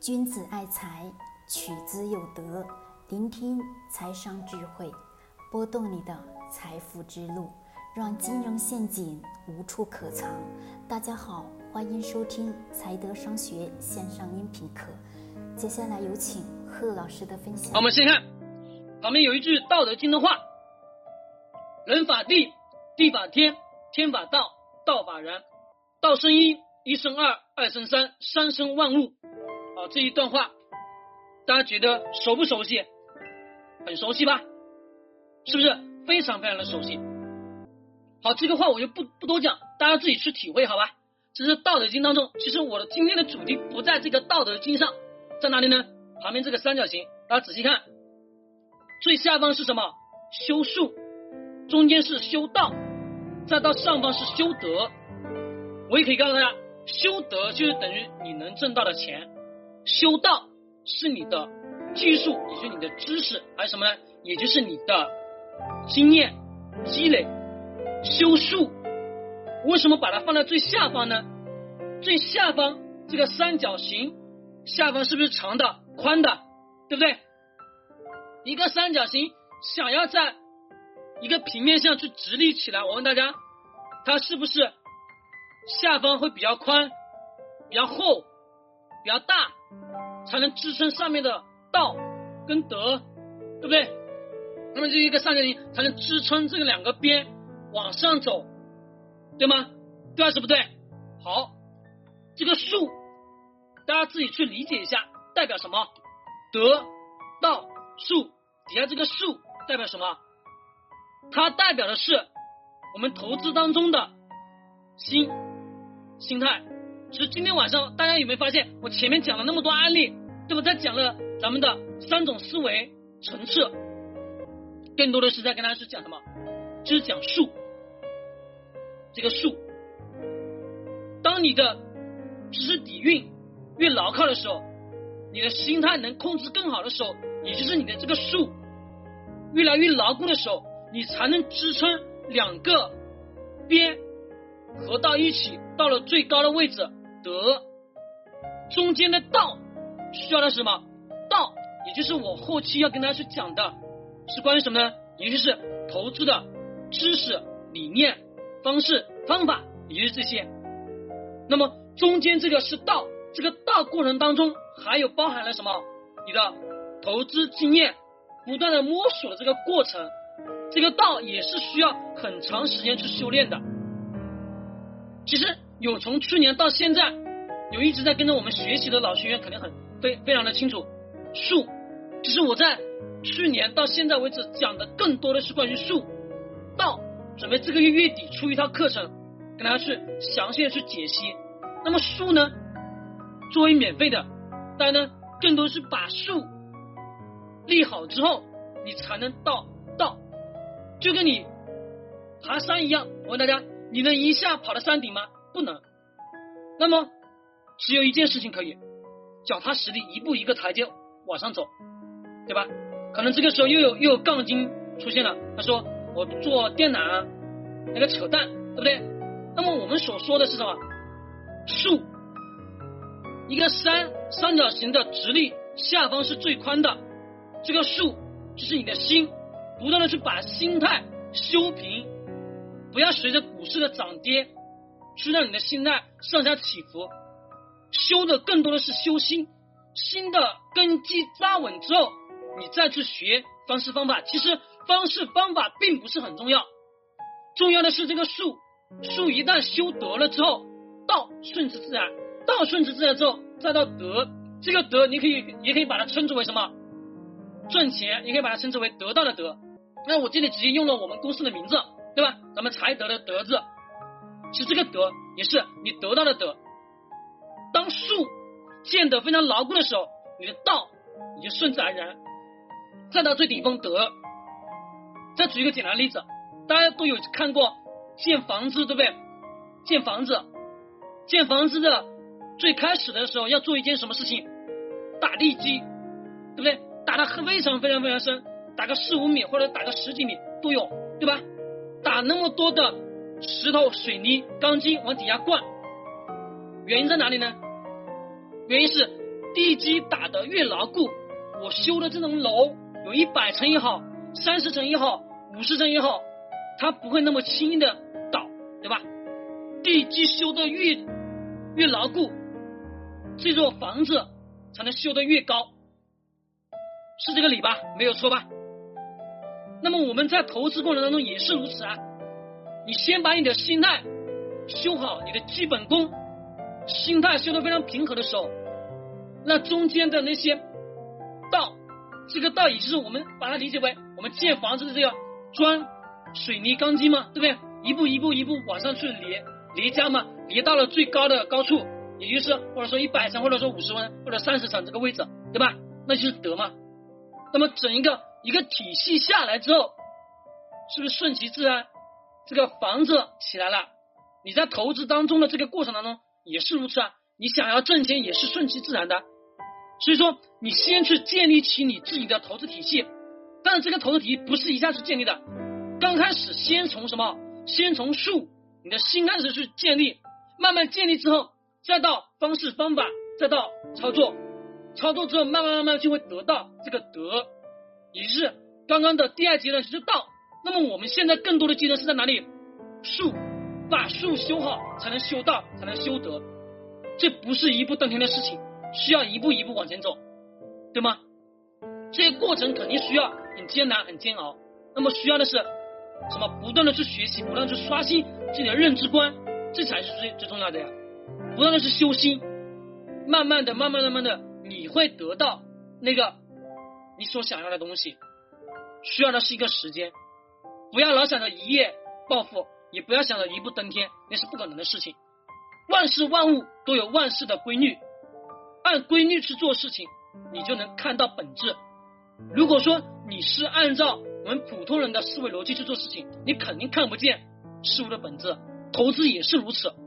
君子爱财，取之有德。聆听财商智慧，拨动你的财富之路，让金融陷阱无处可藏。大家好，欢迎收听财德商学线上音频课。接下来有请贺老师的分享。 我们先看旁边有一句《道德经》的话：人法地，地法天，天法道，道法人。道生一，一生二，二生三，三生万物。这一段话大家觉得熟不熟悉？很熟悉吧？是不是非常非常的熟悉？好，这个话我就不多讲，大家自己去体会，好吧？这是《道德经》当中，其实我的今天的主题不在这个《道德经》上，在哪里呢？旁边这个三角形，大家仔细看，最下方是什么？修术，中间是修道，再到上方是修德。我也可以告诉大家，修德就是等于你能挣到的钱，修道是你的技术，也就是你的知识，还有什么呢？也就是你的经验积累。修术为什么把它放在最下方呢？最下方这个三角形下方是不是长的宽的，对不对？一个三角形想要在一个平面上去直立起来，我问大家，它是不是下方会比较宽、比较厚、比较大，才能支撑上面的道跟德，对不对？那么这一个三角形才能支撑这个两个边往上走，对吗？对还是不对？好，这个术大家自己去理解一下，代表什么？德、道、术，底下这个术代表什么？它代表的是我们投资当中的心态。其实今天晚上大家有没有发现，我前面讲了那么多案例，对吧？在讲了咱们的三种思维层次，更多的是在跟大家是讲什么？就是讲术。这个术，当你的知识底蕴越牢靠的时候，你的心态能控制更好的时候，也就是你的这个术越来越牢固的时候，你才能支撑两个边合到一起，到了最高的位置德。中间的道需要的是什么？道也就是我后期要跟大家去讲的，是关于什么呢？也就是投资的知识、理念、方式、方法，也就是这些。那么中间这个是道，这个道过程当中还有包含了什么？你的投资经验，不断的摸索的这个过程，这个道也是需要很长时间去修炼的。其实有从去年到现在有一直在跟着我们学习的老学员肯定非常的清楚，术其实我在去年到现在为止讲的更多的是关于术。道准备这个月底出一套课程跟大家去详细的去解析。那么术呢，作为免费的，大家呢更多是把术立好之后你才能到道。就跟你爬山一样，我问大家，你能一下跑到山顶吗？不能。那么只有一件事情可以，脚踏实地，一步一个台阶往上走，对吧？可能这个时候又有杠精出现了，他说我做电缆啊，那个扯淡，对不对？那么我们所说的是什么？术，一个三角形的直立下方是最宽的，这个术就是你的心，不断的去把心态修平，不要随着股市的涨跌去让你的心态上下起伏，修的更多的是修心，心的根基扎稳之后，你再去学方式方法。其实方式方法并不是很重要，重要的是这个术一旦修得了之后，道顺之自然，道顺之自然之后再到德，这个德你也可以把它称之为什么？赚钱，也可以把它称之为得到的德。那我这里直接用了我们公司的名字，对吧？咱们财德的德字，其实这个德也是你得到的德。当术建得非常牢固的时候，你的道也就顺自而然，再到最顶峰德。再举一个简单的例子，大家都有看过建房子，对不对？建房子的最开始的时候要做一件什么事情？打地基，对不对？打得非常深，打个4-5米或者打个10几米都有，对吧？打那么多的石头、水泥、钢筋往底下灌，原因在哪里呢？原因是地基打得越牢固，我修的这种楼有100层也好，30层也好，50层也好，它不会那么轻易的倒，对吧？地基修得越牢固，这座房子才能修得越高，是这个理吧？没有错吧？那么我们在投资过程当中也是如此啊，你先把你的心态修好，你的基本功，心态修得非常平和的时候，那中间的那些道，这个道也就是我们把它理解为我们建房子的这个砖、水泥、钢筋嘛，对不对？一步往上去叠加嘛，叠到了最高的高处，也就是或者说100层，或者说50层，或者30层这个位置，对吧？那就是德嘛。那么整一个体系下来之后，是不是顺其自然？这个房子起来了，你在投资当中的这个过程当中也是如此啊，你想要挣钱也是顺其自然的。所以说你先去建立起你自己的投资体系，但是这个投资体系不是一下子建立的，刚开始先从什么？先从术，你的心开始去建立，慢慢建立之后，再到方式方法，再到操作之后，慢慢就会得到这个德，也就是刚刚的第2阶段是道。那么我们现在更多的阶段是在哪里？术，把术修好才能修道，才能修德，这不是一步登天的事情，需要一步一步往前走，对吗？这个过程肯定需要很艰难很煎熬，那么需要的是什么？不断的去学习，不断的去刷新自己的认知观，这才是最重要的呀。不断的去修心，慢慢的你会得到那个你所想要的东西，需要的是一个时间。不要老想着一夜暴富，也不要想着一步登天，那是不可能的事情。万事万物都有万事的规律，按规律去做事情，你就能看到本质。如果说你是按照我们普通人的思维逻辑去做事情，你肯定看不见事物的本质。投资也是如此，